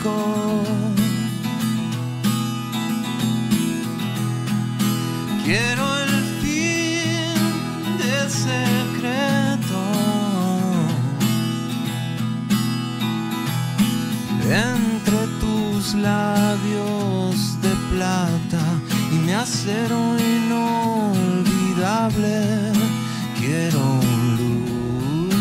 Quiero el fin del secreto entre tus labios de plata y mi acero inolvidable. Quiero luz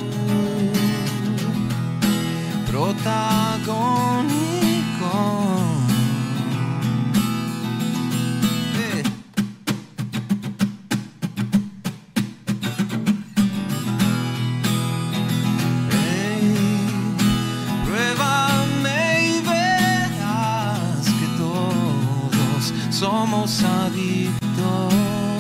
protagónico. Somos adictos